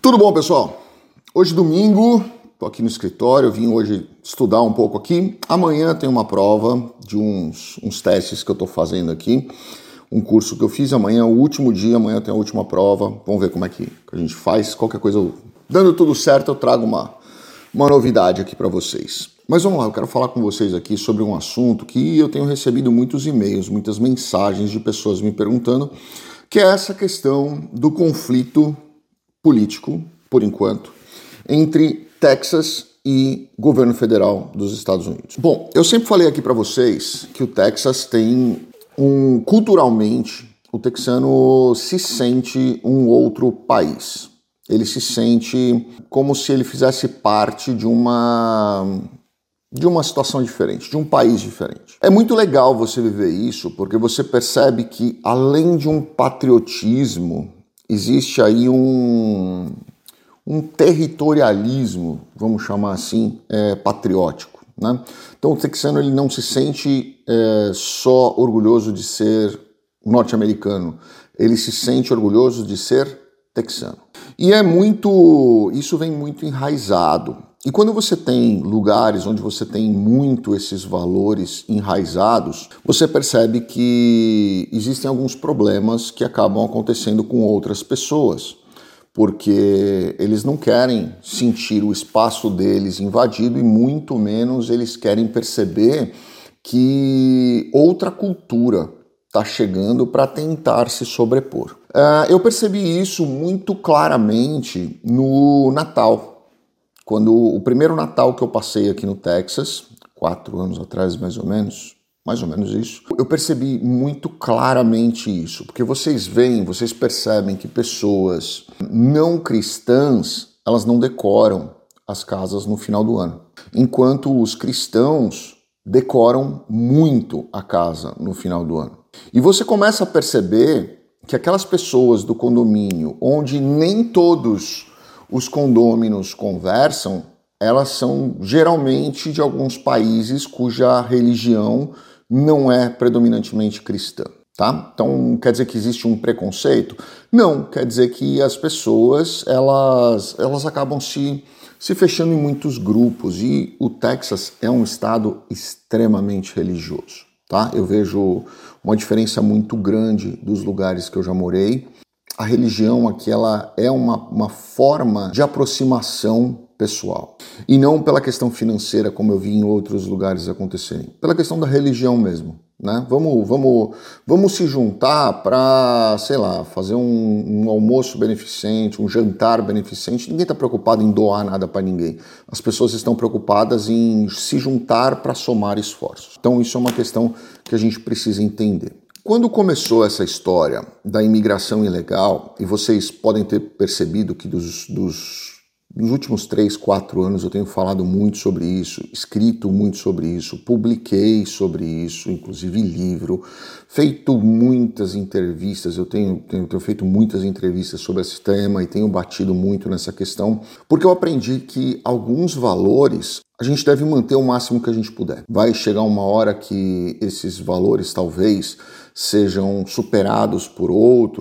Tudo bom, pessoal? Hoje domingo, tô aqui no escritório, vim hoje estudar um pouco aqui. Amanhã tem uma prova de uns testes que eu tô fazendo aqui, um curso que eu fiz. Amanhã é o último dia, amanhã tem a última prova. Vamos ver como é que a gente faz. Qualquer coisa, dando tudo certo, eu trago uma novidade aqui para vocês. Mas vamos lá, eu quero falar com vocês aqui sobre um assunto que eu tenho recebido muitos e-mails, muitas mensagens de pessoas me perguntando, que é essa questão do conflito político, por enquanto, entre Texas e governo federal dos Estados Unidos. Bom, eu sempre falei aqui para vocês que o Texas tem culturalmente, o texano se sente um outro país. Ele se sente como se ele fizesse parte de uma situação diferente, de um país diferente. É muito legal você viver isso, porque você percebe que, além de um patriotismo, existe aí um territorialismo, vamos chamar assim, patriótico, né? Então o texano ele não se sente só orgulhoso de ser norte-americano, ele se sente orgulhoso de ser texano. E isso vem muito enraizado. E quando você tem lugares onde você tem muito esses valores enraizados, você percebe que existem alguns problemas que acabam acontecendo com outras pessoas, porque eles não querem sentir o espaço deles invadido e muito menos eles querem perceber que outra cultura está chegando para tentar se sobrepor. Eu percebi isso muito claramente no Natal. Quando o primeiro Natal que eu passei aqui no Texas, 4 anos atrás mais ou menos isso, eu percebi muito claramente isso, porque vocês percebem que pessoas não cristãs, elas não decoram as casas no final do ano, enquanto os cristãos decoram muito a casa no final do ano. E você começa a perceber que aquelas pessoas do condomínio, onde nem todos os condôminos conversam, elas são geralmente de alguns países cuja religião não é predominantemente cristã, tá? Então, quer dizer que existe um preconceito? Não, quer dizer que as pessoas, elas acabam se fechando em muitos grupos, e o Texas é um estado extremamente religioso, tá? Eu vejo uma diferença muito grande dos lugares que eu já morei. A religião aqui ela é uma forma de aproximação pessoal. E não pela questão financeira, como eu vi em outros lugares acontecerem. Pela questão da religião mesmo, né? Vamos se juntar para, sei lá, fazer um almoço beneficente, um jantar beneficente. Ninguém está preocupado em doar nada para ninguém. As pessoas estão preocupadas em se juntar para somar esforços. Então isso é uma questão que a gente precisa entender. Quando começou essa história da imigração ilegal, e vocês podem ter percebido que dos últimos 3, 4 anos eu tenho falado muito sobre isso, escrito muito sobre isso, publiquei sobre isso, inclusive livro, feito muitas entrevistas, eu tenho feito muitas entrevistas sobre esse tema e tenho batido muito nessa questão, porque eu aprendi que alguns valores a gente deve manter o máximo que a gente puder. Vai chegar uma hora que esses valores talvez sejam superados por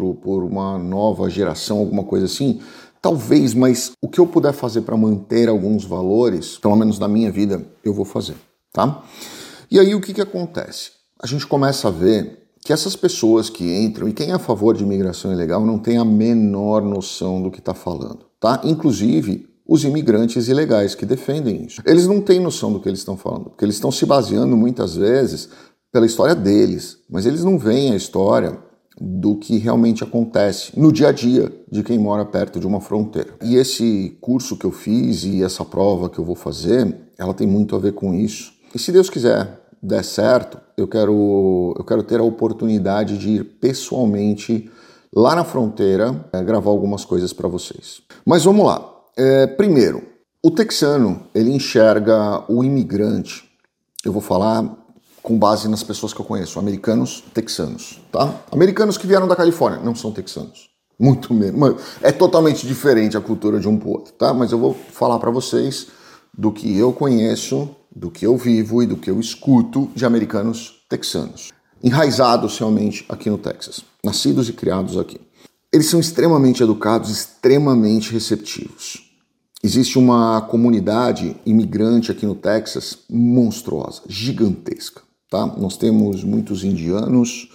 uma nova geração, alguma coisa assim. Talvez, mas o que eu puder fazer para manter alguns valores, pelo menos na minha vida, eu vou fazer, tá? E aí o que acontece? A gente começa a ver que essas pessoas que entram, e quem é a favor de imigração ilegal não tem a menor noção do que está falando, tá? Inclusive os imigrantes ilegais que defendem isso. Eles não têm noção do que eles estão falando, porque eles estão se baseando muitas vezes pela história deles, mas eles não veem a história do que realmente acontece no dia a dia de quem mora perto de uma fronteira. E esse curso que eu fiz e essa prova que eu vou fazer, ela tem muito a ver com isso. E se Deus quiser der certo, eu quero ter a oportunidade de ir pessoalmente lá na fronteira gravar algumas coisas para vocês. Mas vamos lá. Primeiro, o texano, ele enxerga o imigrante, eu vou falar com base nas pessoas que eu conheço, americanos, texanos, tá? Americanos que vieram da Califórnia, não são texanos, muito menos. É totalmente diferente a cultura de um pro outro, tá? Mas eu vou falar para vocês do que eu conheço, do que eu vivo e do que eu escuto de americanos texanos, enraizados realmente aqui no Texas, nascidos e criados aqui. Eles são extremamente educados, extremamente receptivos. Existe uma comunidade imigrante aqui no Texas monstruosa, gigantesca. Tá? Nós temos muitos indianos,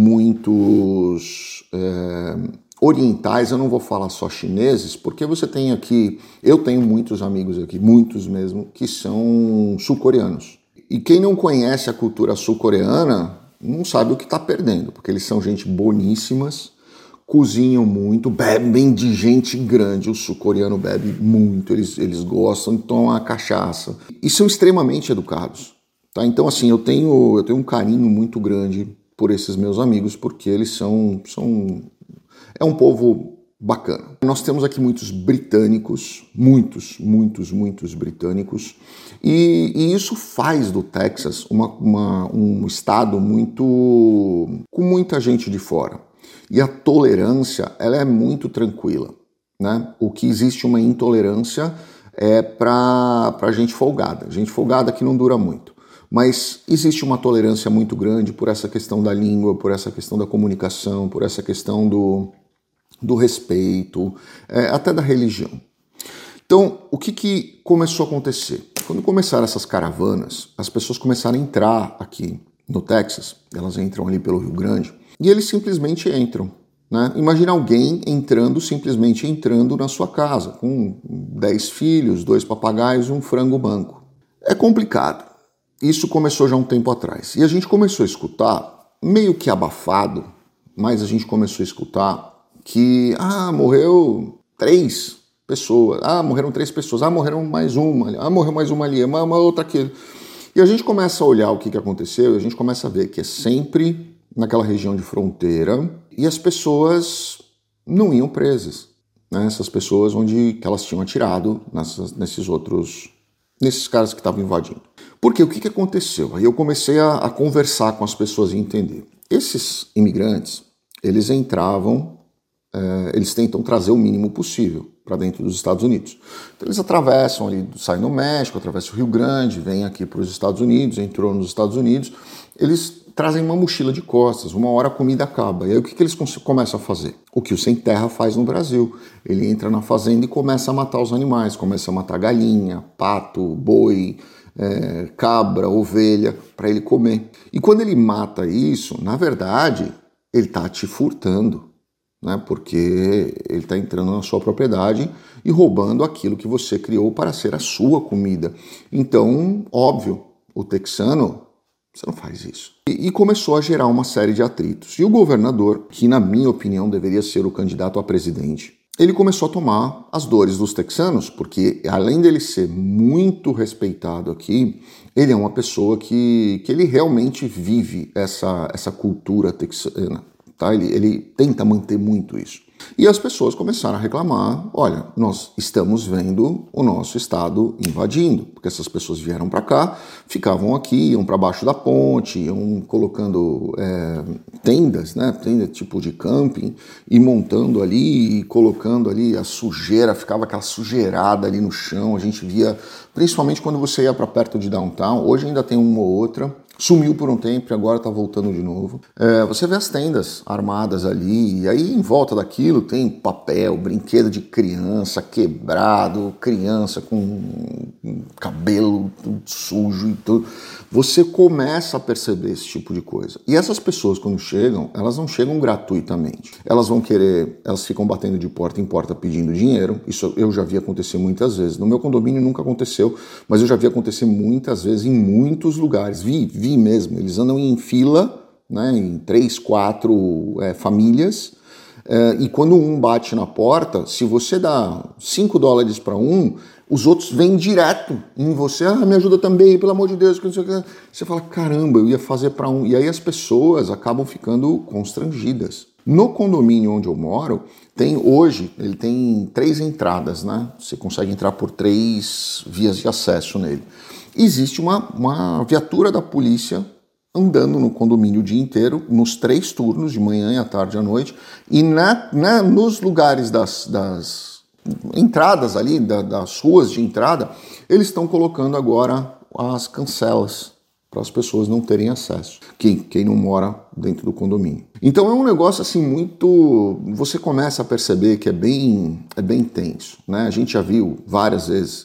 muitos orientais, eu não vou falar só chineses, porque você tem aqui, eu tenho muitos amigos aqui, muitos mesmo, que são sul-coreanos. E quem não conhece a cultura sul-coreana não sabe o que está perdendo, porque eles são gente boníssimas, cozinham muito, bebem de gente grande. O sul-coreano bebe muito, eles gostam de tomar cachaça. E são extremamente educados. Tá? Então, assim, eu tenho um carinho muito grande por esses meus amigos, porque eles é um povo bacana. Nós temos aqui muitos britânicos, muitos britânicos, e isso faz do Texas um estado com muita gente de fora. E a tolerância, ela é muito tranquila, né? O que existe uma intolerância é para gente folgada. Gente folgada que não dura muito. Mas existe uma tolerância muito grande por essa questão da língua, por essa questão da comunicação, por essa questão do respeito, até da religião. Então, o que começou a acontecer? Quando começaram essas caravanas, as pessoas começaram a entrar aqui no Texas, elas entram ali pelo Rio Grande, e eles simplesmente entram. Né? Imagina alguém simplesmente entrando na sua casa, com 10 filhos, 2 papagaios e um frango banco. É complicado. Isso começou já um tempo atrás. E a gente começou a escutar, meio que abafado, mas a gente começou a escutar que, morreu 3 pessoas, morreram 3 pessoas, morreram mais uma, morreu mais uma ali, uma outra aqui. E a gente começa a olhar o que aconteceu e a gente começa a ver que é sempre naquela região de fronteira e as pessoas não iam presas. Né? Essas pessoas que elas tinham atirado nesses caras que estavam invadindo. Porque o que aconteceu? Aí eu comecei a conversar com as pessoas e entender. Esses imigrantes, eles entravam, eles tentam trazer o mínimo possível para dentro dos Estados Unidos. Então eles atravessam ali, saem do México, atravessam o Rio Grande, vêm aqui para os Estados Unidos, entrou nos Estados Unidos, eles trazem uma mochila de costas, uma hora a comida acaba. E aí o que eles começam a fazer? O que o Sem Terra faz no Brasil. Ele entra na fazenda e começa a matar os animais, começa a matar galinha, pato, boi, cabra, ovelha, para ele comer. E quando ele mata isso, na verdade, ele está te furtando, né? Porque ele está entrando na sua propriedade e roubando aquilo que você criou para ser a sua comida. Então, óbvio, o texano, você não faz isso. E começou a gerar uma série de atritos. E o governador, que na minha opinião deveria ser o candidato a presidente, ele começou a tomar as dores dos texanos, porque além dele ser muito respeitado aqui, ele é uma pessoa que ele realmente vive essa cultura texana. Tá? Ele tenta manter muito isso. E as pessoas começaram a reclamar, olha, nós estamos vendo o nosso estado invadindo, porque essas pessoas vieram para cá, ficavam aqui, iam para baixo da ponte, iam colocando tendas, né, tenda tipo de camping, e montando ali, e colocando ali a sujeira, ficava aquela sujeirada ali no chão, a gente via, principalmente quando você ia para perto de downtown, hoje ainda tem uma ou outra, sumiu por um tempo e agora está voltando de novo. Você vê as tendas armadas ali, e aí em volta daquilo tem papel, brinquedo de criança quebrado, criança com cabelo sujo e tudo. Você começa a perceber esse tipo de coisa. E essas pessoas, quando chegam, elas não chegam gratuitamente. Elas ficam batendo de porta em porta pedindo dinheiro. Isso eu já vi acontecer muitas vezes. No meu condomínio nunca aconteceu, mas eu já vi acontecer muitas vezes em muitos lugares. Vi mesmo. Eles andam em fila, né, em 3, 4 famílias, e quando um bate na porta, se você dá $5 para um, os outros vêm direto em você, me ajuda também, pelo amor de Deus, que não sei o que. Você fala, caramba, eu ia fazer para um. E aí as pessoas acabam ficando constrangidas. No condomínio onde eu moro, ele tem 3 entradas, né? Você consegue entrar por 3 vias de acesso nele. Existe uma viatura da polícia andando no condomínio o dia inteiro, nos 3 turnos, de manhã, à tarde e à noite, e nos lugares das entradas ali, das ruas de entrada, eles estão colocando agora as cancelas, para as pessoas não terem acesso. Quem não mora dentro do condomínio. Então é um negócio assim muito... Você começa a perceber que é bem tenso, né? A gente já viu várias vezes.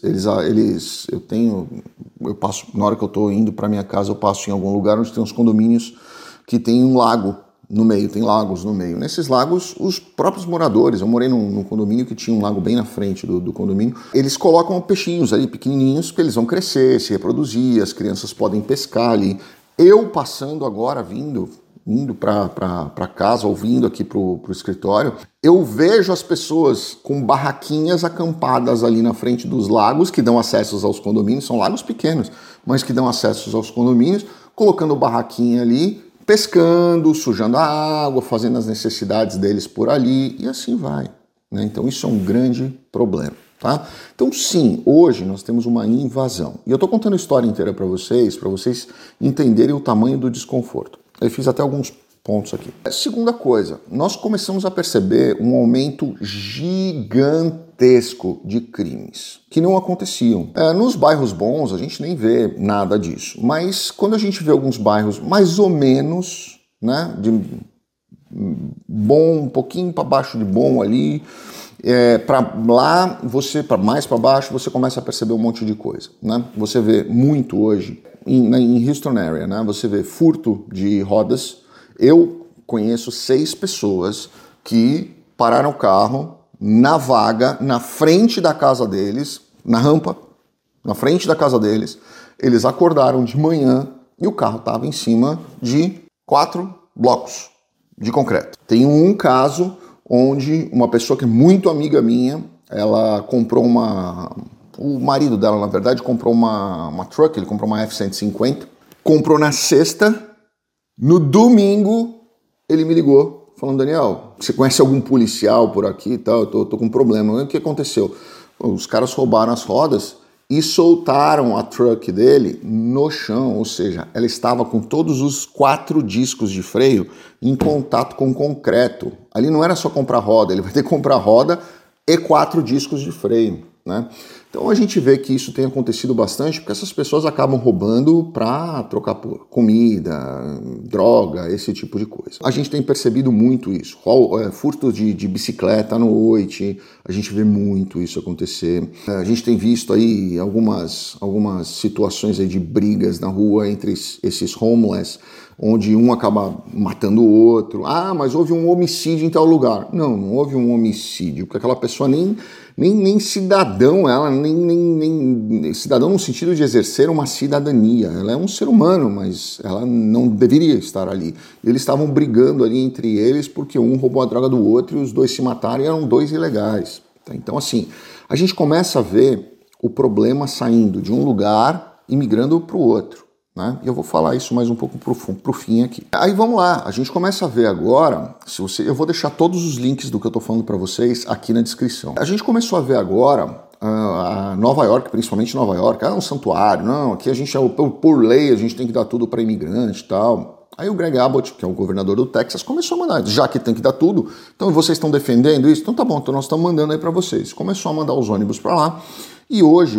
Eu passo, na hora que eu estou indo para minha casa, eu passo em algum lugar onde tem uns condomínios que tem um lago no meio, tem lagos no meio. Nesses lagos, os próprios moradores, eu morei num condomínio que tinha um lago bem na frente do condomínio, eles colocam peixinhos ali, pequenininhos, porque eles vão crescer, se reproduzir, as crianças podem pescar ali. Eu passando agora, indo para casa, ou vindo aqui pro escritório, eu vejo as pessoas com barraquinhas acampadas ali na frente dos lagos, que dão acessos aos condomínios, são lagos pequenos, mas que dão acessos aos condomínios, colocando barraquinha ali, pescando, sujando a água, fazendo as necessidades deles por ali, e assim vai, né? Então isso é um grande problema, tá? Então sim, hoje nós temos uma invasão. E eu estou contando a história inteira para vocês entenderem o tamanho do desconforto. Eu fiz até alguns pontos aqui. Segunda coisa, nós começamos a perceber um aumento gigantesco de crimes que não aconteciam. Nos bairros bons a gente nem vê nada disso, mas quando a gente vê alguns bairros mais ou menos, né, de bom, um pouquinho para baixo de bom ali, para lá, mais para baixo, você começa a perceber um monte de coisa, né? Você vê muito hoje em Houston area, né? Você vê furto de rodas. Eu conheço 6 pessoas que pararam o carro na vaga, na frente da casa deles, na rampa, na frente da casa deles. Eles acordaram de manhã e o carro estava em cima de 4 blocos de concreto. Tem um caso onde uma pessoa que é muito amiga minha, ela comprou o marido dela, na verdade, comprou uma truck, ele comprou uma F-150, comprou na sexta, no domingo ele me ligou, falando: Daniel, você conhece algum policial por aqui e tal? Eu tô com um problema. O que aconteceu? Os caras roubaram as rodas e soltaram a truck dele no chão, ou seja, ela estava com todos os 4 discos de freio em contato com concreto. Ali não era só comprar roda, ele vai ter que comprar roda e 4 discos de freio, né? Então a gente vê que isso tem acontecido bastante porque essas pessoas acabam roubando para trocar por comida, droga, esse tipo de coisa. A gente tem percebido muito isso. Furto de bicicleta à noite, a gente vê muito isso acontecer. A gente tem visto aí algumas situações aí de brigas na rua entre esses homeless, onde um acaba matando o outro. Ah, mas houve um homicídio em tal lugar. Não houve um homicídio, porque aquela pessoa nem cidadão, ela nem cidadão no sentido de exercer uma cidadania. Ela é um ser humano, mas ela não deveria estar ali. Eles estavam brigando ali entre eles porque um roubou a droga do outro e os dois se mataram e eram 2 ilegais. Então, assim, a gente começa a ver o problema saindo de um lugar e migrando para o outro, né? E eu vou falar isso mais um pouco pro fim aqui. Aí vamos lá, a gente começa a ver agora, eu vou deixar todos os links do que eu tô falando para vocês aqui na descrição. A gente começou a ver agora a Nova York, principalmente Nova York, é um santuário, não, aqui a gente por lei a gente tem que dar tudo para imigrante e tal. Aí o Greg Abbott, que é o governador do Texas, começou a mandar, já que tem que dar tudo, então vocês estão defendendo isso? Então tá bom, então nós estamos mandando aí para vocês. Começou a mandar os ônibus para lá. E hoje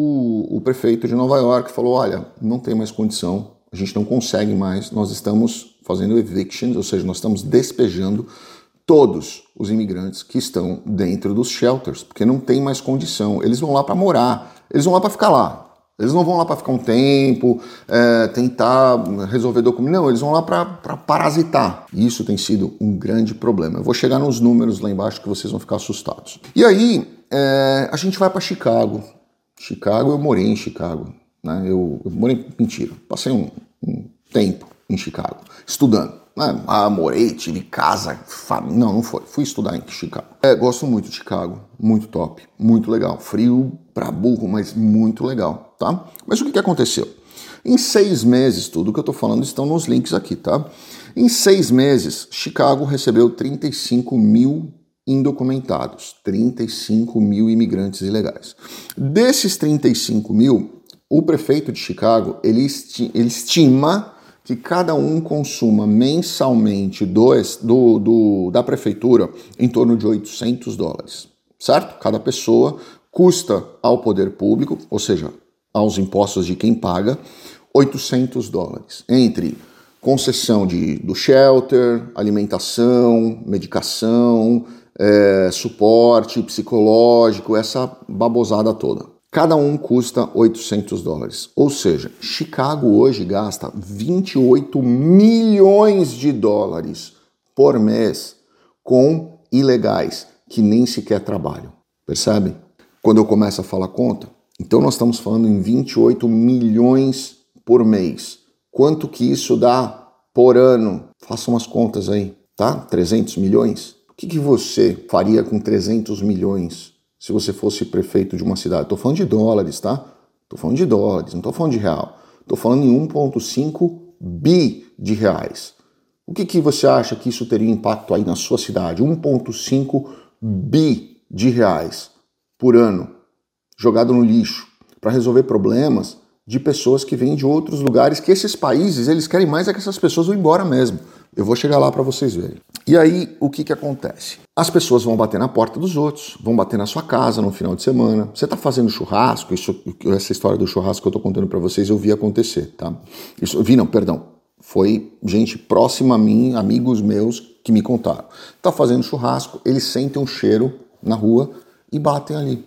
o prefeito de Nova York falou: olha, não tem mais condição, a gente não consegue mais, nós estamos fazendo evictions, ou seja, nós estamos despejando todos os imigrantes que estão dentro dos shelters, porque não tem mais condição. Eles vão lá para morar, eles vão lá para ficar lá. Eles não vão lá para ficar um tempo, tentar resolver documento. Não, eles vão lá para parasitar. E isso tem sido um grande problema. Eu vou chegar nos números lá embaixo que vocês vão ficar assustados. E aí, a gente vai para Chicago. Eu morei em Chicago, né? Eu morei, mentira, passei um tempo em Chicago, estudando. Morei, tive casa, família. Não foi. Fui estudar em Chicago. Gosto muito de Chicago, muito top, muito legal. Frio pra burro, mas muito legal, tá? Mas o que aconteceu? Em 6 meses, tudo que eu tô falando estão nos links aqui, tá? Em 6 meses, Chicago recebeu 35 mil indocumentados, 35 mil imigrantes ilegais. Desses 35 mil, o prefeito de Chicago, ele estima que cada um consuma mensalmente da prefeitura em torno de $800, certo? Cada pessoa custa ao poder público, ou seja, aos impostos de quem paga, $800, entre concessão do shelter, alimentação, medicação, suporte psicológico, essa babosada toda. Cada um custa $800. Ou seja, Chicago hoje gasta 28 milhões de dólares por mês com ilegais que nem sequer trabalham. Percebe? Quando eu começo a falar conta, então nós estamos falando em 28 milhões por mês. Quanto que isso dá por ano? Faça umas contas aí, tá? 300 milhões? O que você faria com 300 milhões se você fosse prefeito de uma cidade? Estou falando de dólares, tá? Estou falando de dólares, não estou falando de real. Estou falando em 1,5 bi de reais. O que você acha que isso teria impacto aí na sua cidade? 1,5 bi de reais por ano jogado no lixo para resolver problemas de pessoas que vêm de outros lugares, que esses países, eles querem mais é que essas pessoas vão embora mesmo. Eu vou chegar lá para vocês verem. E aí, o que acontece? As pessoas vão bater na porta dos outros, vão bater na sua casa no final de semana. Você está fazendo churrasco, essa história do churrasco que eu estou contando para vocês, eu vi acontecer, tá? Foi gente próxima a mim, amigos meus, que me contaram. Tá fazendo churrasco, eles sentem um cheiro na rua e batem ali.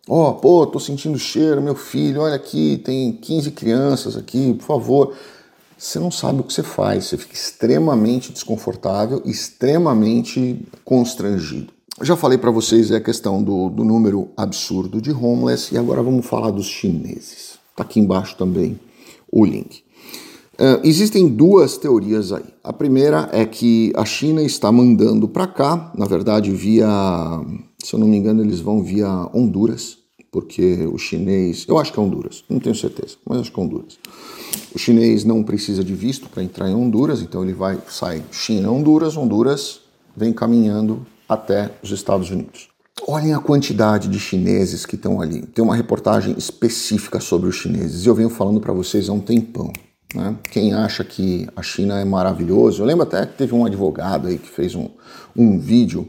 Tô sentindo cheiro, meu filho, olha aqui, tem 15 crianças aqui, por favor. Você não sabe o que você faz, você fica extremamente desconfortável, extremamente constrangido. Já falei para vocês a questão do número absurdo de homeless e agora vamos falar dos chineses. Tá aqui embaixo também o link. Existem duas teorias aí. A primeira é que a China está mandando para cá, na verdade se eu não me engano eles vão via Honduras, porque o chinês, eu acho que é Honduras, não tenho certeza, mas acho que é Honduras. O chinês não precisa de visto para entrar em Honduras, então ele sai China-Honduras, Honduras vem caminhando até os Estados Unidos. Olhem a quantidade de chineses que estão ali. Tem uma reportagem específica sobre os chineses e eu venho falando para vocês há um tempão. Né? Quem acha que a China é maravilhoso, eu lembro até que teve um advogado aí que fez um vídeo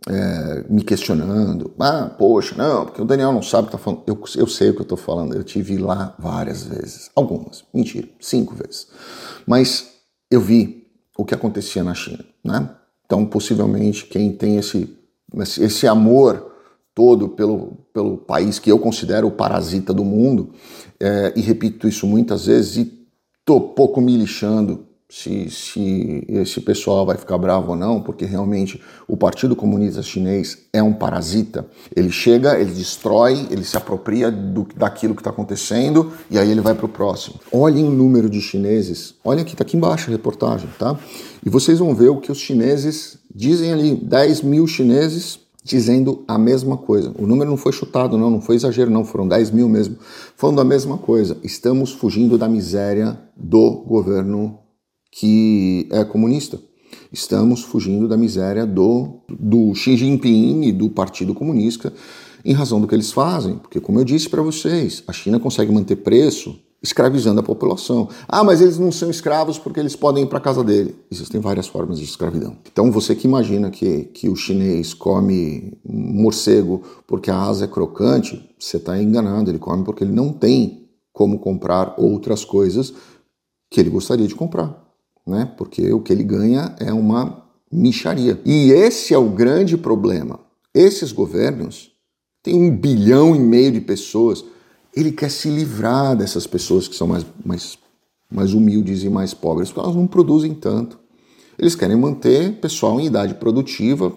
me questionando, poxa, não, porque o Daniel não sabe o que está falando. Eu sei o que eu estou falando, eu tive lá várias vezes, algumas, mentira, 5 vezes, mas eu vi o que acontecia na China, né? Então possivelmente quem tem esse amor todo pelo país que eu considero o parasita do mundo, e repito isso muitas vezes, e tô pouco me lixando se esse pessoal vai ficar bravo ou não, porque realmente o Partido Comunista Chinês é um parasita. Ele chega, ele destrói, ele se apropria daquilo que está acontecendo e aí ele vai para o próximo. Olhem o número de chineses, olha aqui, está aqui embaixo a reportagem, tá? E vocês vão ver o que os chineses dizem ali, 10 mil chineses dizendo a mesma coisa. O número não foi chutado, não foi exagero, não, foram 10 mil mesmo, falando a mesma coisa. Estamos fugindo da miséria do governo que é comunista. Estamos fugindo da miséria do Xi Jinping e do Partido Comunista em razão do que eles fazem. Porque, como eu disse para vocês, a China consegue manter preço escravizando a população. Mas eles não são escravos porque eles podem ir para casa dele. Existem várias formas de escravidão. Então, você que imagina que o chinês come morcego porque a asa é crocante, você está enganado. Ele come porque ele não tem como comprar outras coisas que ele gostaria de comprar. Né? Porque o que ele ganha é uma mixaria. E esse é o grande problema. Esses governos têm 1,5 bilhão de pessoas. Ele quer se livrar dessas pessoas que são mais humildes e mais pobres, porque elas não produzem tanto. Eles querem manter pessoal em idade produtiva,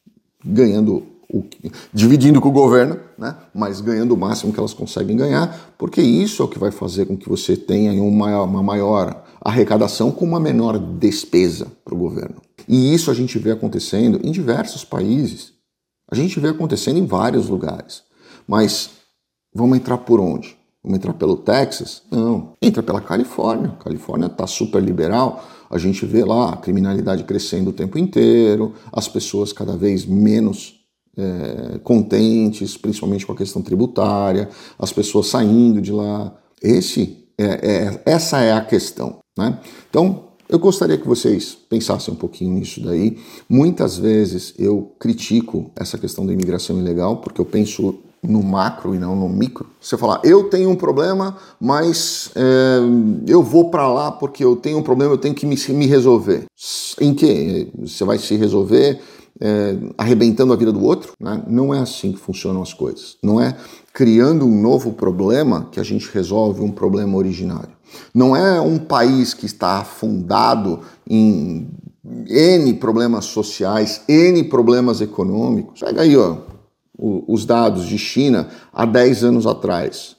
dividindo com o governo, né? Mas ganhando o máximo que elas conseguem ganhar, porque isso é o que vai fazer com que você tenha uma maior arrecadação com uma menor despesa para o governo. E isso a gente vê acontecendo em diversos países. A gente vê acontecendo em vários lugares. Mas vamos entrar por onde? Vamos entrar pelo Texas? Não. Entra pela Califórnia. A Califórnia está super liberal. A gente vê lá a criminalidade crescendo o tempo inteiro, as pessoas cada vez menos contentes, principalmente com a questão tributária, as pessoas saindo de lá. Essa é a questão, né? Então, eu gostaria que vocês pensassem um pouquinho nisso daí. Muitas vezes eu critico essa questão da imigração ilegal, porque eu penso no macro e não no micro. Você falar, eu tenho um problema, mas eu vou para lá porque eu tenho um problema, eu tenho que me resolver. Em que? Você vai se resolver arrebentando a vida do outro? Né? Não é assim que funcionam as coisas. Não é criando um novo problema que a gente resolve um problema originário. Não é um país que está afundado em N problemas sociais, N problemas econômicos. Pega aí, ó, os dados de China há 10 anos atrás.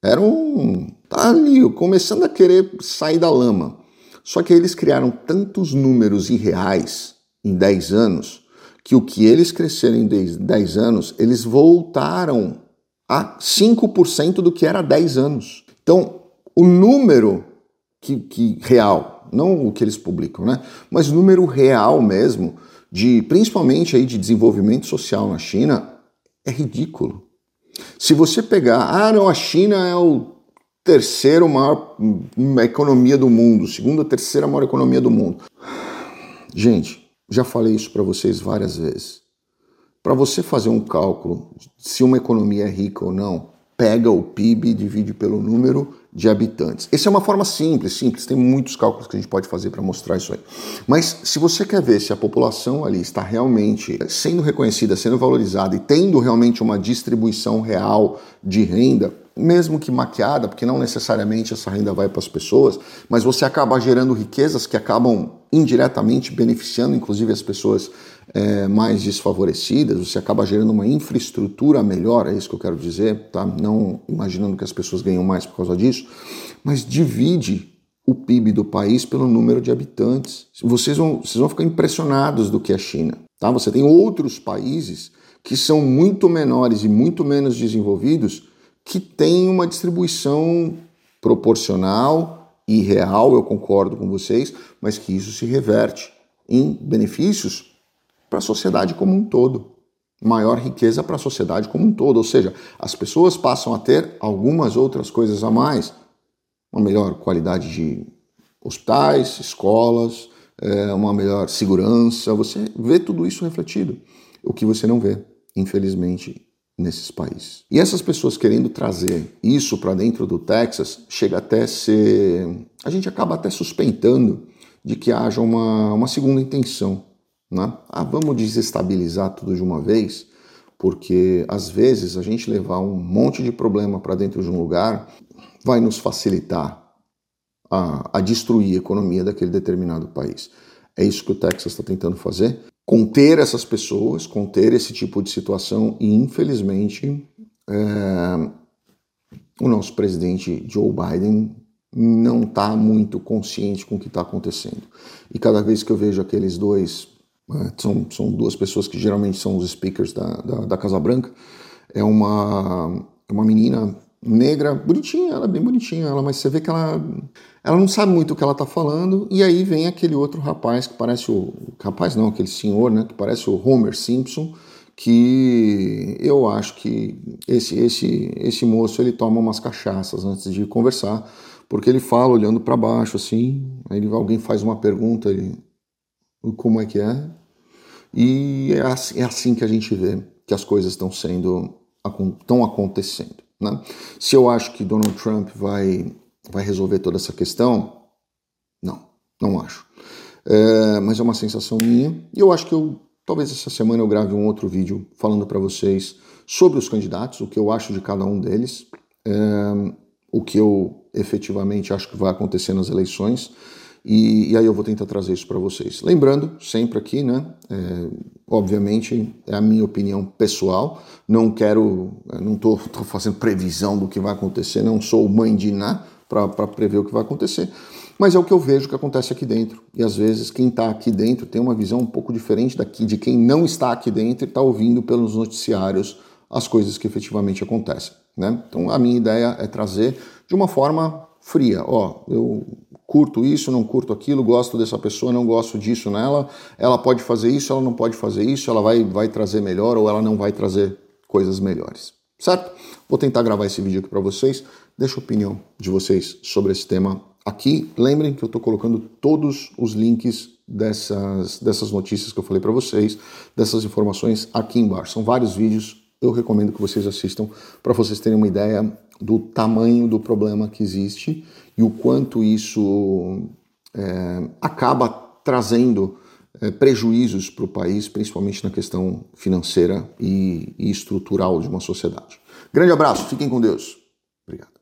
Tá ali, começando a querer sair da lama. Só que eles criaram tantos números irreais em 10 anos, que o que eles cresceram em 10 anos, eles voltaram a 5% do que era há 10 anos. Então, o número que real, não o que eles publicam, né? Mas o número real mesmo, principalmente aí de desenvolvimento social na China, é ridículo. Se você pegar, não, a China é o terceiro maior economia do mundo, segunda ou terceira maior economia do mundo. Gente, já falei isso para vocês várias vezes. Para você fazer um cálculo se uma economia é rica ou não, pega o PIB e divide pelo número de habitantes. Essa é uma forma simples, tem muitos cálculos que a gente pode fazer para mostrar isso aí. Mas se você quer ver se a população ali está realmente sendo reconhecida, sendo valorizada e tendo realmente uma distribuição real de renda, mesmo que maquiada, porque não necessariamente essa renda vai para as pessoas, mas você acaba gerando riquezas que acabam indiretamente beneficiando, inclusive, as pessoas mais desfavorecidas, você acaba gerando uma infraestrutura melhor, é isso que eu quero dizer, tá? Não imaginando que as pessoas ganham mais por causa disso, mas divide o PIB do país pelo número de habitantes. Vocês vão ficar impressionados do que é a China, tá? Você tem outros países que são muito menores e muito menos desenvolvidos, que têm uma distribuição proporcional e real, eu concordo com vocês, mas que isso se reverte em benefícios para a sociedade como um todo. Maior riqueza para a sociedade como um todo, ou seja, as pessoas passam a ter algumas outras coisas a mais, uma melhor qualidade de hospitais, escolas, uma melhor segurança, você vê tudo isso refletido, o que você não vê, infelizmente, nesses países. E essas pessoas querendo trazer isso para dentro do Texas, chega até a ser... A gente acaba até suspeitando de que haja uma segunda intenção, né? Vamos desestabilizar tudo de uma vez, porque às vezes a gente levar um monte de problema para dentro de um lugar vai nos facilitar a destruir a economia daquele determinado país. É isso que o Texas está tentando fazer. Conter essas pessoas, conter esse tipo de situação e, infelizmente, o nosso presidente Joe Biden não está muito consciente com o que está acontecendo. E cada vez que eu vejo aqueles dois, são duas pessoas que geralmente são os speakers da Casa Branca, é uma menina negra, bonitinha, ela é bem bonitinha, mas você vê que ela não sabe muito o que ela está falando, e aí vem aquele outro rapaz que parece aquele senhor, né, que parece o Homer Simpson, que eu acho que esse moço, ele toma umas cachaças antes de conversar, porque ele fala olhando para baixo, assim, aí alguém faz uma pergunta, ele, como é que é? E é assim que a gente vê que as coisas estão acontecendo, né? Se eu acho que Donald Trump vai resolver toda essa questão, não acho. Mas é uma sensação minha, e eu acho que talvez essa semana eu grave um outro vídeo falando para vocês sobre os candidatos, o que eu acho de cada um deles, o que eu efetivamente acho que vai acontecer nas eleições, e aí eu vou tentar trazer isso para vocês. Lembrando, sempre aqui, né, obviamente é a minha opinião pessoal, não estou fazendo previsão do que vai acontecer, não sou mãe de Iná para prever o que vai acontecer, mas é o que eu vejo que acontece aqui dentro, e às vezes quem está aqui dentro tem uma visão um pouco diferente de quem não está aqui dentro e está ouvindo pelos noticiários as coisas que efetivamente acontecem, né? Então a minha ideia é trazer de uma forma fria, eu curto isso, não curto aquilo, gosto dessa pessoa, não gosto disso nela, ela pode fazer isso, ela não pode fazer isso, ela vai trazer melhor ou ela não vai trazer coisas melhores, certo? Vou tentar gravar esse vídeo aqui para vocês, deixa a opinião de vocês sobre esse tema aqui. Lembrem que eu estou colocando todos os links dessas notícias que eu falei para vocês, dessas informações aqui embaixo. São vários vídeos, eu recomendo que vocês assistam para vocês terem uma ideia do tamanho do problema que existe e o quanto isso acaba trazendo prejuízos para o país, principalmente na questão financeira e estrutural de uma sociedade. Grande abraço, fiquem com Deus. Obrigado.